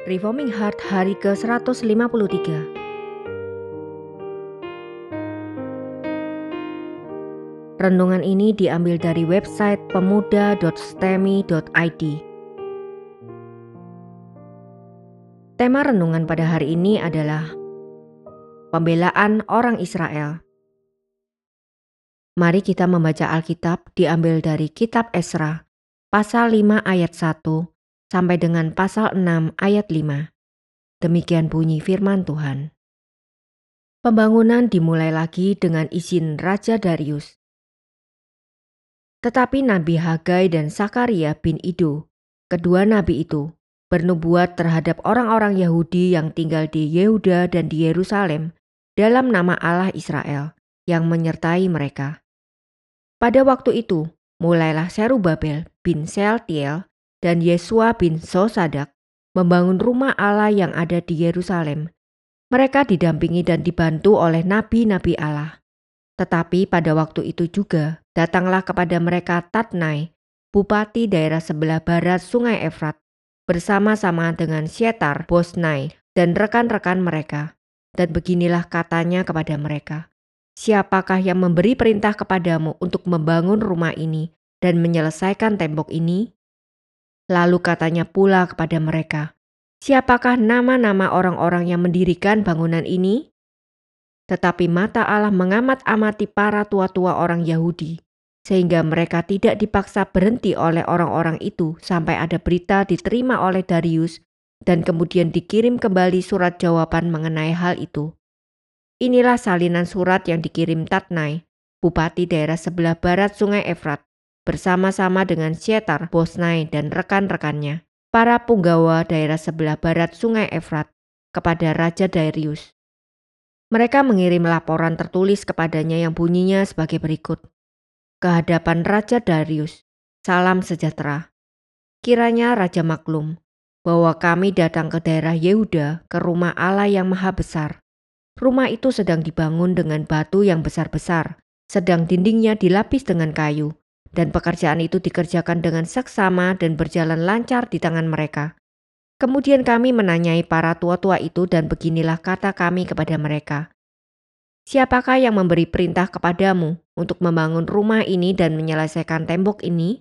Reforming Heart hari ke-153. Renungan ini diambil dari website pemuda.stemi.id. Tema renungan pada hari ini adalah pembelaan orang Israel. Mari kita membaca Alkitab diambil dari kitab Esra, pasal 5 ayat 1 sampai dengan pasal 6 ayat 5. Demikian bunyi firman Tuhan. Pembangunan dimulai lagi dengan izin Raja Darius. Tetapi Nabi Hagai dan Sakaria bin Ido, kedua nabi itu, bernubuat terhadap orang-orang Yahudi yang tinggal di Yehuda dan di Yerusalem dalam nama Allah Israel yang menyertai mereka. Pada waktu itu, mulailah Serubabel bin Sealtiel dan Yesua bin Sosadak membangun rumah Allah yang ada di Yerusalem. Mereka didampingi dan dibantu oleh nabi-nabi Allah. Tetapi pada waktu itu juga datanglah kepada mereka Tatnai, bupati daerah sebelah barat sungai Efrat, bersama-sama dengan Syetar Bosnai dan rekan-rekan mereka. Dan beginilah katanya kepada mereka, "Siapakah yang memberi perintah kepadamu untuk membangun rumah ini dan menyelesaikan tembok ini?" Lalu katanya pula kepada mereka, "Siapakah nama-nama orang-orang yang mendirikan bangunan ini?" Tetapi mata Allah mengamat-amati para tua-tua orang Yahudi, sehingga mereka tidak dipaksa berhenti oleh orang-orang itu sampai ada berita diterima oleh Darius dan kemudian dikirim kembali surat jawaban mengenai hal itu. Inilah salinan surat yang dikirim Tatnai, bupati daerah sebelah barat sungai Efrat, bersama-sama dengan Syetar Bosnai dan rekan-rekannya, para punggawa daerah sebelah barat sungai Efrat, kepada Raja Darius. Mereka mengirim laporan tertulis kepadanya yang bunyinya sebagai berikut. Kehadapan Raja Darius, salam sejahtera. Kiranya Raja maklum bahwa kami datang ke daerah Yehuda ke rumah Allah yang maha besar. Rumah itu sedang dibangun dengan batu yang besar-besar, sedang dindingnya dilapis dengan kayu, dan pekerjaan itu dikerjakan dengan seksama dan berjalan lancar di tangan mereka. Kemudian kami menanyai para tua-tua itu dan beginilah kata kami kepada mereka. Siapakah yang memberi perintah kepadamu untuk membangun rumah ini dan menyelesaikan tembok ini?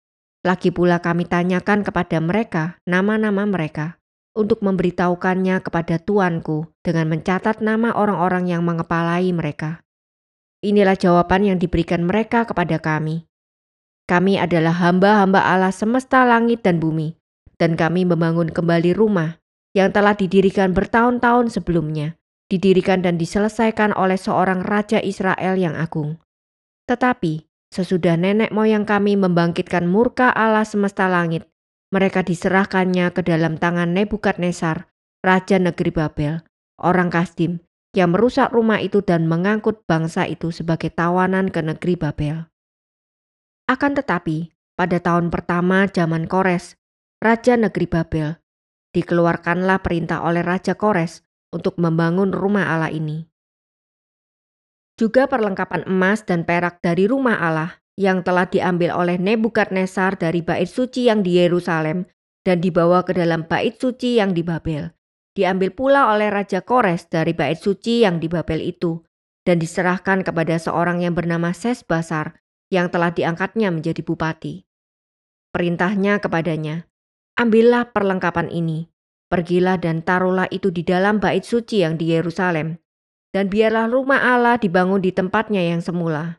Lagi pula kami tanyakan kepada mereka nama-nama mereka untuk memberitahukannya kepada tuanku dengan mencatat nama orang-orang yang mengepalai mereka. Inilah jawaban yang diberikan mereka kepada kami. Kami adalah hamba-hamba Allah semesta langit dan bumi, dan kami membangun kembali rumah yang telah didirikan bertahun-tahun sebelumnya, didirikan dan diselesaikan oleh seorang raja Israel yang agung. Tetapi sesudah nenek moyang kami membangkitkan murka Allah semesta langit, mereka diserahkannya ke dalam tangan Nebukadnezar, raja negeri Babel, orang Kasdim, yang merusak rumah itu dan mengangkut bangsa itu sebagai tawanan ke negeri Babel. Akan tetapi, pada tahun pertama zaman Kores, raja negeri Babel, dikeluarkanlah perintah oleh Raja Kores untuk membangun rumah Allah ini. Juga perlengkapan emas dan perak dari rumah Allah yang telah diambil oleh Nebukadnezar dari bait suci yang di Yerusalem dan dibawa ke dalam bait suci yang di Babel. Diambil pula oleh Raja Kores dari bait suci yang di Babel itu dan diserahkan kepada seorang yang bernama Sesbasar yang telah diangkatnya menjadi bupati. Perintahnya kepadanya, "Ambillah perlengkapan ini, pergilah dan taruhlah itu di dalam bait suci yang di Yerusalem, dan biarlah rumah Allah dibangun di tempatnya yang semula."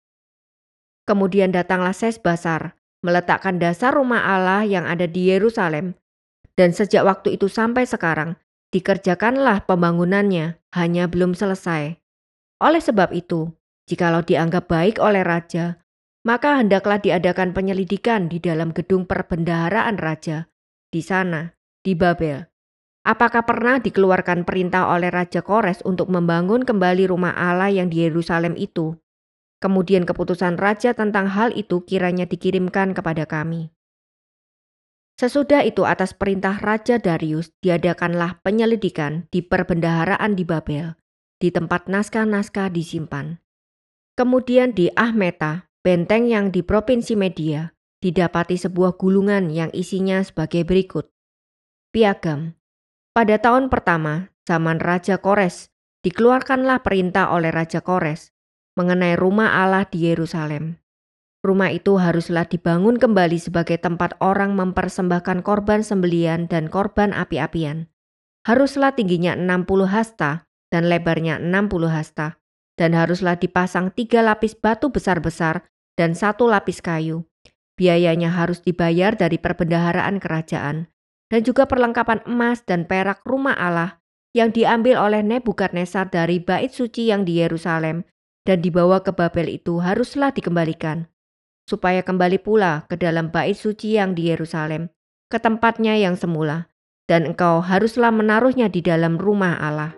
Kemudian datanglah Sesbasar, meletakkan dasar rumah Allah yang ada di Yerusalem, dan sejak waktu itu sampai sekarang, dikerjakanlah pembangunannya, hanya belum selesai. Oleh sebab itu, jikalau dianggap baik oleh raja, maka hendaklah diadakan penyelidikan di dalam gedung perbendaharaan raja, di sana, di Babel. Apakah pernah dikeluarkan perintah oleh Raja Kores untuk membangun kembali rumah Allah yang di Yerusalem itu? Kemudian keputusan raja tentang hal itu kiranya dikirimkan kepada kami. Sesudah itu atas perintah Raja Darius diadakanlah penyelidikan di perbendaharaan di Babel, di tempat naskah-naskah disimpan. Kemudian di Ahmeta, benteng yang di provinsi Media, didapati sebuah gulungan yang isinya sebagai berikut. Piagam, Pada tahun pertama, zaman Raja Kores, dikeluarkanlah perintah oleh Raja Kores mengenai rumah Allah di Yerusalem. Rumah itu haruslah dibangun kembali sebagai tempat orang mempersembahkan korban sembelian dan korban api-apian. Haruslah tingginya 60 hasta dan lebarnya 60 hasta, dan haruslah dipasang 3 lapis batu besar-besar dan 1 lapis kayu. Biayanya harus dibayar dari perbendaharaan kerajaan, dan juga perlengkapan emas dan perak rumah Allah yang diambil oleh Nebukadnezar dari bait suci yang di Yerusalem dan dibawa ke Babel itu haruslah dikembalikan, supaya kembali pula ke dalam bait suci yang di Yerusalem, ke tempatnya yang semula, dan engkau haruslah menaruhnya di dalam rumah Allah.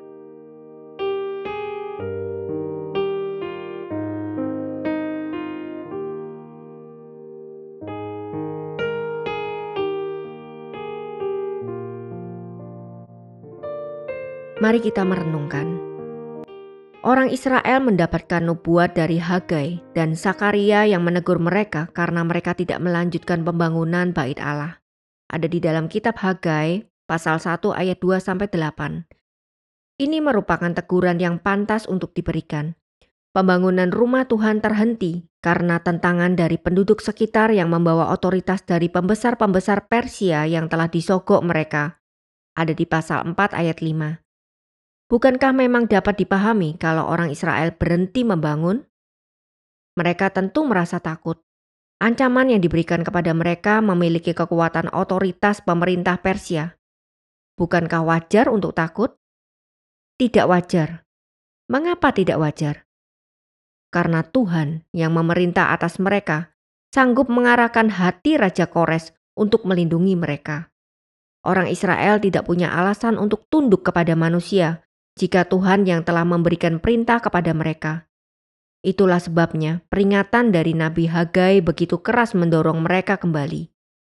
Mari kita merenungkan. Orang Israel mendapatkan nubuat dari Hagai dan Sakaria yang menegur mereka karena mereka tidak melanjutkan pembangunan bait Allah. Ada di dalam kitab Hagai pasal 1 ayat 2-8. Ini merupakan teguran yang pantas untuk diberikan. Pembangunan rumah Tuhan terhenti karena tentangan dari penduduk sekitar yang membawa otoritas dari pembesar-pembesar Persia yang telah disogok mereka. Ada di pasal 4 ayat 5. Bukankah memang dapat dipahami kalau orang Israel berhenti membangun? Mereka tentu merasa takut. Ancaman yang diberikan kepada mereka memiliki kekuatan otoritas pemerintah Persia. Bukankah wajar untuk takut? Tidak wajar. Mengapa tidak wajar? Karena Tuhan yang memerintah atas mereka sanggup mengarahkan hati Raja Kores untuk melindungi mereka. Orang Israel tidak punya alasan untuk tunduk kepada manusia jika Tuhan yang telah memberikan perintah kepada mereka. Itulah sebabnya peringatan dari Nabi Hagai begitu keras mendorong mereka kembali.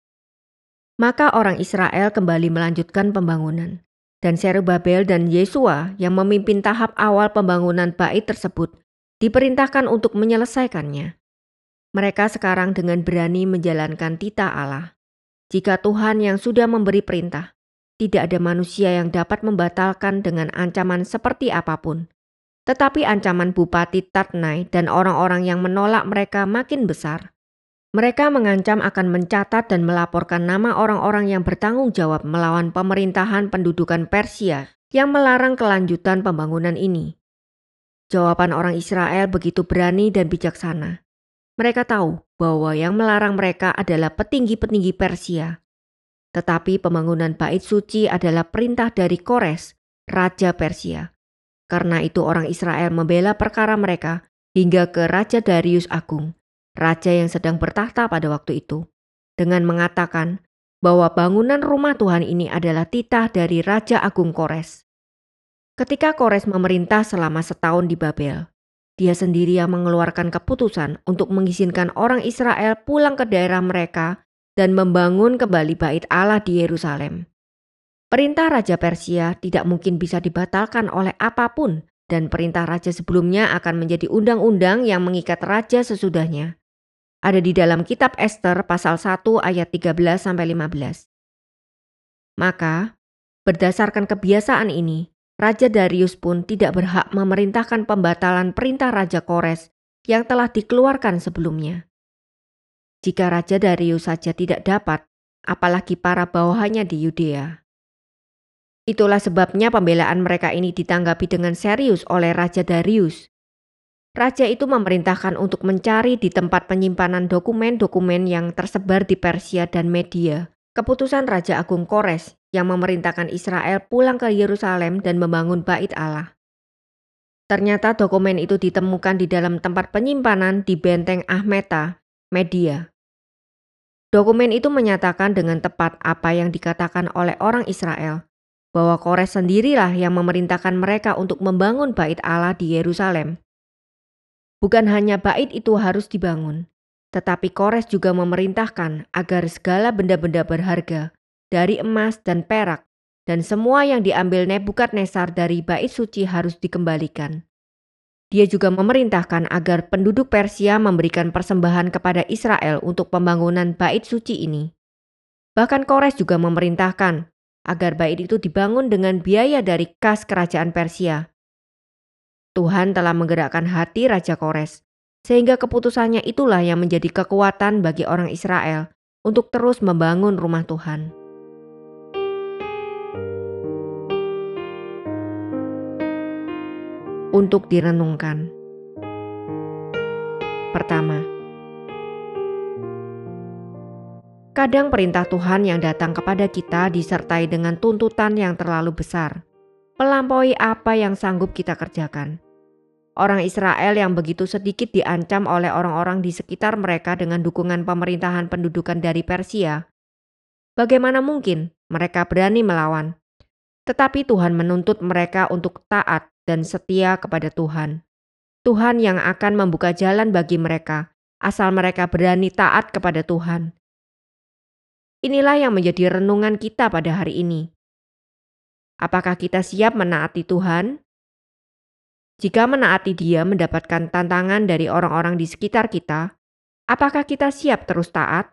Maka orang Israel kembali melanjutkan pembangunan, dan Zerubabel dan Yesua yang memimpin tahap awal pembangunan bait tersebut diperintahkan untuk menyelesaikannya. Mereka sekarang dengan berani menjalankan titah Allah. Jika Tuhan yang sudah memberi perintah, tidak ada manusia yang dapat membatalkan dengan ancaman seperti apapun. Tetapi ancaman Bupati Tatnai dan orang-orang yang menolak mereka makin besar. Mereka mengancam akan mencatat dan melaporkan nama orang-orang yang bertanggung jawab melawan pemerintahan pendudukan Persia yang melarang kelanjutan pembangunan ini. Jawaban orang Israel begitu berani dan bijaksana. Mereka tahu bahwa yang melarang mereka adalah petinggi-petinggi Persia. Tetapi pembangunan bait suci adalah perintah dari Kores, Raja Persia. Karena itu orang Israel membela perkara mereka hingga ke Raja Darius Agung, raja yang sedang bertahta pada waktu itu, dengan mengatakan bahwa bangunan rumah Tuhan ini adalah titah dari Raja Agung Kores. Ketika Kores memerintah selama setahun di Babel, dia sendiri yang mengeluarkan keputusan untuk mengizinkan orang Israel pulang ke daerah mereka dan membangun kembali bait Allah di Yerusalem. Perintah Raja Persia tidak mungkin bisa dibatalkan oleh apapun, dan perintah raja sebelumnya akan menjadi undang-undang yang mengikat raja sesudahnya. Ada di dalam kitab Ester pasal 1 ayat 13-15. Maka, berdasarkan kebiasaan ini, Raja Darius pun tidak berhak memerintahkan pembatalan perintah Raja Kores yang telah dikeluarkan sebelumnya. Jika Raja Darius saja tidak dapat, apalagi para bawahannya di Yudea. Itulah sebabnya pembelaan mereka ini ditanggapi dengan serius oleh Raja Darius. Raja itu memerintahkan untuk mencari di tempat penyimpanan dokumen-dokumen yang tersebar di Persia dan Media keputusan Raja Agung Kores yang memerintahkan Israel pulang ke Yerusalem dan membangun bait Allah. Ternyata dokumen itu ditemukan di dalam tempat penyimpanan di benteng Ahmeta, Media. Dokumen itu menyatakan dengan tepat apa yang dikatakan oleh orang Israel, bahwa Kores sendirilah yang memerintahkan mereka untuk membangun bait Allah di Yerusalem. Bukan hanya bait itu harus dibangun, tetapi Kores juga memerintahkan agar segala benda-benda berharga dari emas dan perak dan semua yang diambil Nebukadnezar dari bait suci harus dikembalikan. Dia juga memerintahkan agar penduduk Persia memberikan persembahan kepada Israel untuk pembangunan bait suci ini. Bahkan Kores juga memerintahkan agar bait itu dibangun dengan biaya dari kas kerajaan Persia. Tuhan telah menggerakkan hati Raja Kores, sehingga keputusannya itulah yang menjadi kekuatan bagi orang Israel untuk terus membangun rumah Tuhan. Untuk direnungkan. Pertama, kadang perintah Tuhan yang datang kepada kita disertai dengan tuntutan yang terlalu besar, melampaui apa yang sanggup kita kerjakan. Orang Israel yang begitu sedikit diancam oleh orang-orang di sekitar mereka dengan dukungan pemerintahan pendudukan dari Persia. Bagaimana mungkin mereka berani melawan? Tetapi Tuhan menuntut mereka untuk taat dan setia kepada Tuhan. Tuhan yang akan membuka jalan bagi mereka, asal mereka berani taat kepada Tuhan. Inilah yang menjadi renungan kita pada hari ini. Apakah kita siap menaati Tuhan? Jika menaati Dia mendapatkan tantangan dari orang-orang di sekitar kita, apakah kita siap terus taat?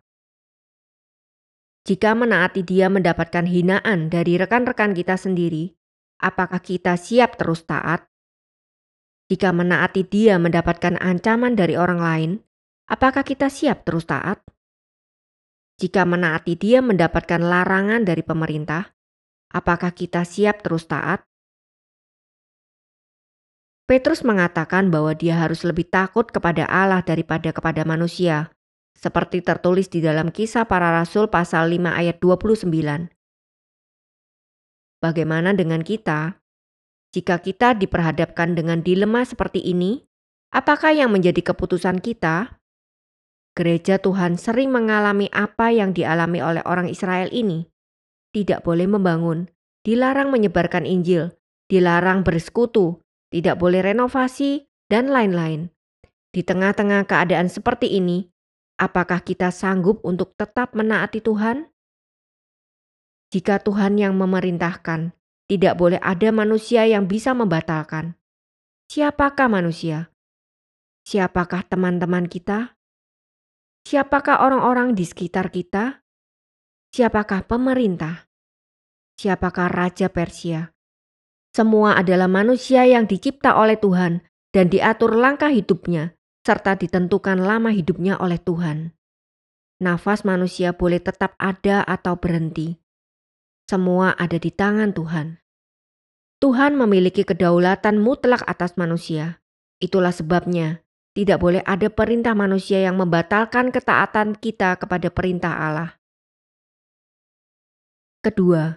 Jika menaati Dia mendapatkan hinaan dari rekan-rekan kita sendiri, apakah kita siap terus taat? Jika menaati Dia mendapatkan ancaman dari orang lain, apakah kita siap terus taat? Jika menaati Dia mendapatkan larangan dari pemerintah, apakah kita siap terus taat? Petrus mengatakan bahwa dia harus lebih takut kepada Allah daripada kepada manusia, seperti tertulis di dalam Kisah Para Rasul pasal 5 ayat 29. Bagaimana dengan kita? Jika kita diperhadapkan dengan dilema seperti ini, apakah yang menjadi keputusan kita? Gereja Tuhan sering mengalami apa yang dialami oleh orang Israel ini. Tidak boleh membangun, dilarang menyebarkan Injil, dilarang bersekutu, tidak boleh renovasi, dan lain-lain. Di tengah-tengah keadaan seperti ini, apakah kita sanggup untuk tetap menaati Tuhan? Jika Tuhan yang memerintahkan, tidak boleh ada manusia yang bisa membatalkan. Siapakah manusia? Siapakah teman-teman kita? Siapakah orang-orang di sekitar kita? Siapakah pemerintah? Siapakah Raja Persia? Semua adalah manusia yang dicipta oleh Tuhan dan diatur langkah hidupnya, serta ditentukan lama hidupnya oleh Tuhan. Nafas manusia boleh tetap ada atau berhenti. Semua ada di tangan Tuhan. Tuhan memiliki kedaulatan mutlak atas manusia. Itulah sebabnya tidak boleh ada perintah manusia yang membatalkan ketaatan kita kepada perintah Allah. Kedua,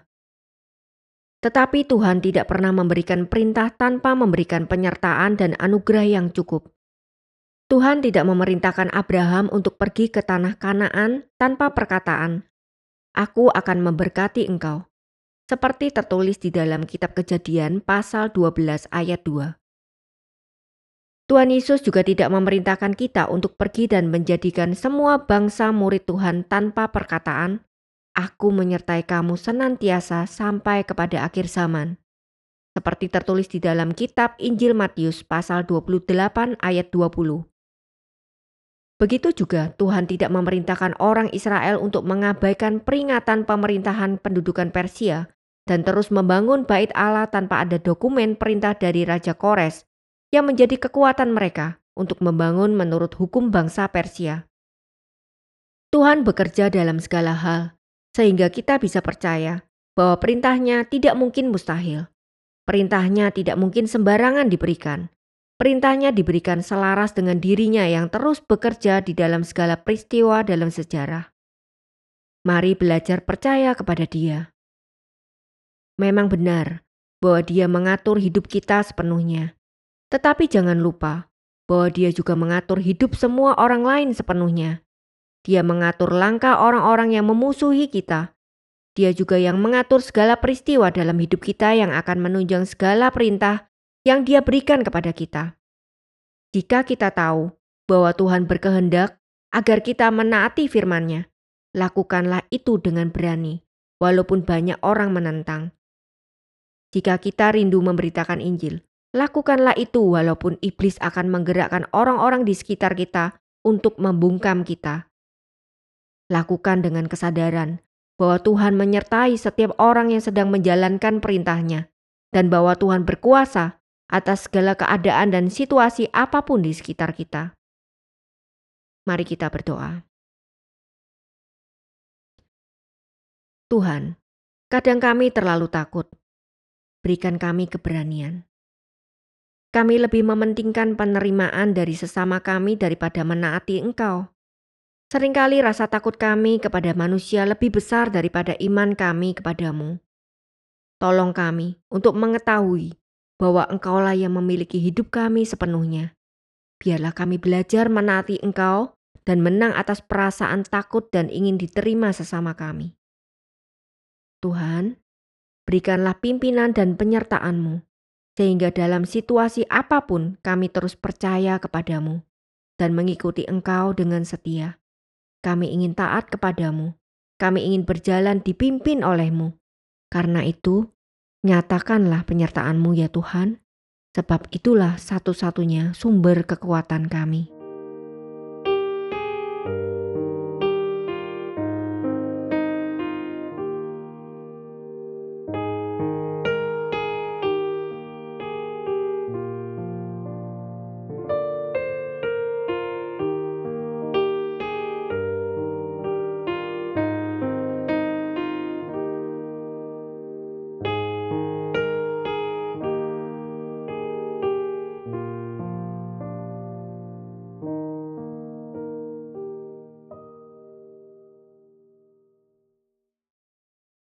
tetapi Tuhan tidak pernah memberikan perintah tanpa memberikan penyertaan dan anugerah yang cukup. Tuhan tidak memerintahkan Abraham untuk pergi ke tanah Kanaan tanpa perkataan, "Aku akan memberkati engkau." Seperti tertulis di dalam kitab Kejadian pasal 12 ayat 2. Tuhan Yesus juga tidak memerintahkan kita untuk pergi dan menjadikan semua bangsa murid Tuhan tanpa perkataan, "Aku menyertai kamu senantiasa sampai kepada akhir zaman." Seperti tertulis di dalam kitab Injil Matius pasal 28 ayat 20. Begitu juga Tuhan tidak memerintahkan orang Israel untuk mengabaikan peringatan pemerintahan pendudukan Persia dan terus membangun bait Allah tanpa ada dokumen perintah dari Raja Kores yang menjadi kekuatan mereka untuk membangun menurut hukum bangsa Persia. Tuhan bekerja dalam segala hal, sehingga kita bisa percaya bahwa perintahnya tidak mungkin mustahil. Perintahnya tidak mungkin sembarangan diberikan. Perintahnya diberikan selaras dengan dirinya yang terus bekerja di dalam segala peristiwa dalam sejarah. Mari belajar percaya kepada Dia. Memang benar bahwa Dia mengatur hidup kita sepenuhnya. Tetapi jangan lupa bahwa Dia juga mengatur hidup semua orang lain sepenuhnya. Dia mengatur langkah orang-orang yang memusuhi kita. Dia juga yang mengatur segala peristiwa dalam hidup kita yang akan menunjang segala perintah yang Dia berikan kepada kita. Jika kita tahu bahwa Tuhan berkehendak agar kita menaati firman-Nya, lakukanlah itu dengan berani, walaupun banyak orang menentang. Jika kita rindu memberitakan Injil, lakukanlah itu walaupun iblis akan menggerakkan orang-orang di sekitar kita untuk membungkam kita. Lakukan dengan kesadaran bahwa Tuhan menyertai setiap orang yang sedang menjalankan perintah-Nya, dan bahwa Tuhan berkuasa atas segala keadaan dan situasi apapun di sekitar kita. Mari kita berdoa. Tuhan, kadang kami terlalu takut. Berikan kami keberanian. Kami lebih mementingkan penerimaan dari sesama kami daripada menaati Engkau. Seringkali rasa takut kami kepada manusia lebih besar daripada iman kami kepadamu. Tolong kami untuk mengetahui bahwa Engkaulah yang memiliki hidup kami sepenuhnya. Biarlah kami belajar menaati Engkau dan menang atas perasaan takut dan ingin diterima sesama kami. Tuhan, berikanlah pimpinan dan penyertaan-Mu, sehingga dalam situasi apapun kami terus percaya kepadamu dan mengikuti Engkau dengan setia. Kami ingin taat kepadamu, kami ingin berjalan dipimpin oleh-Mu. Karena itu, nyatakanlah penyertaan-Mu ya Tuhan, sebab itulah satu-satunya sumber kekuatan kami.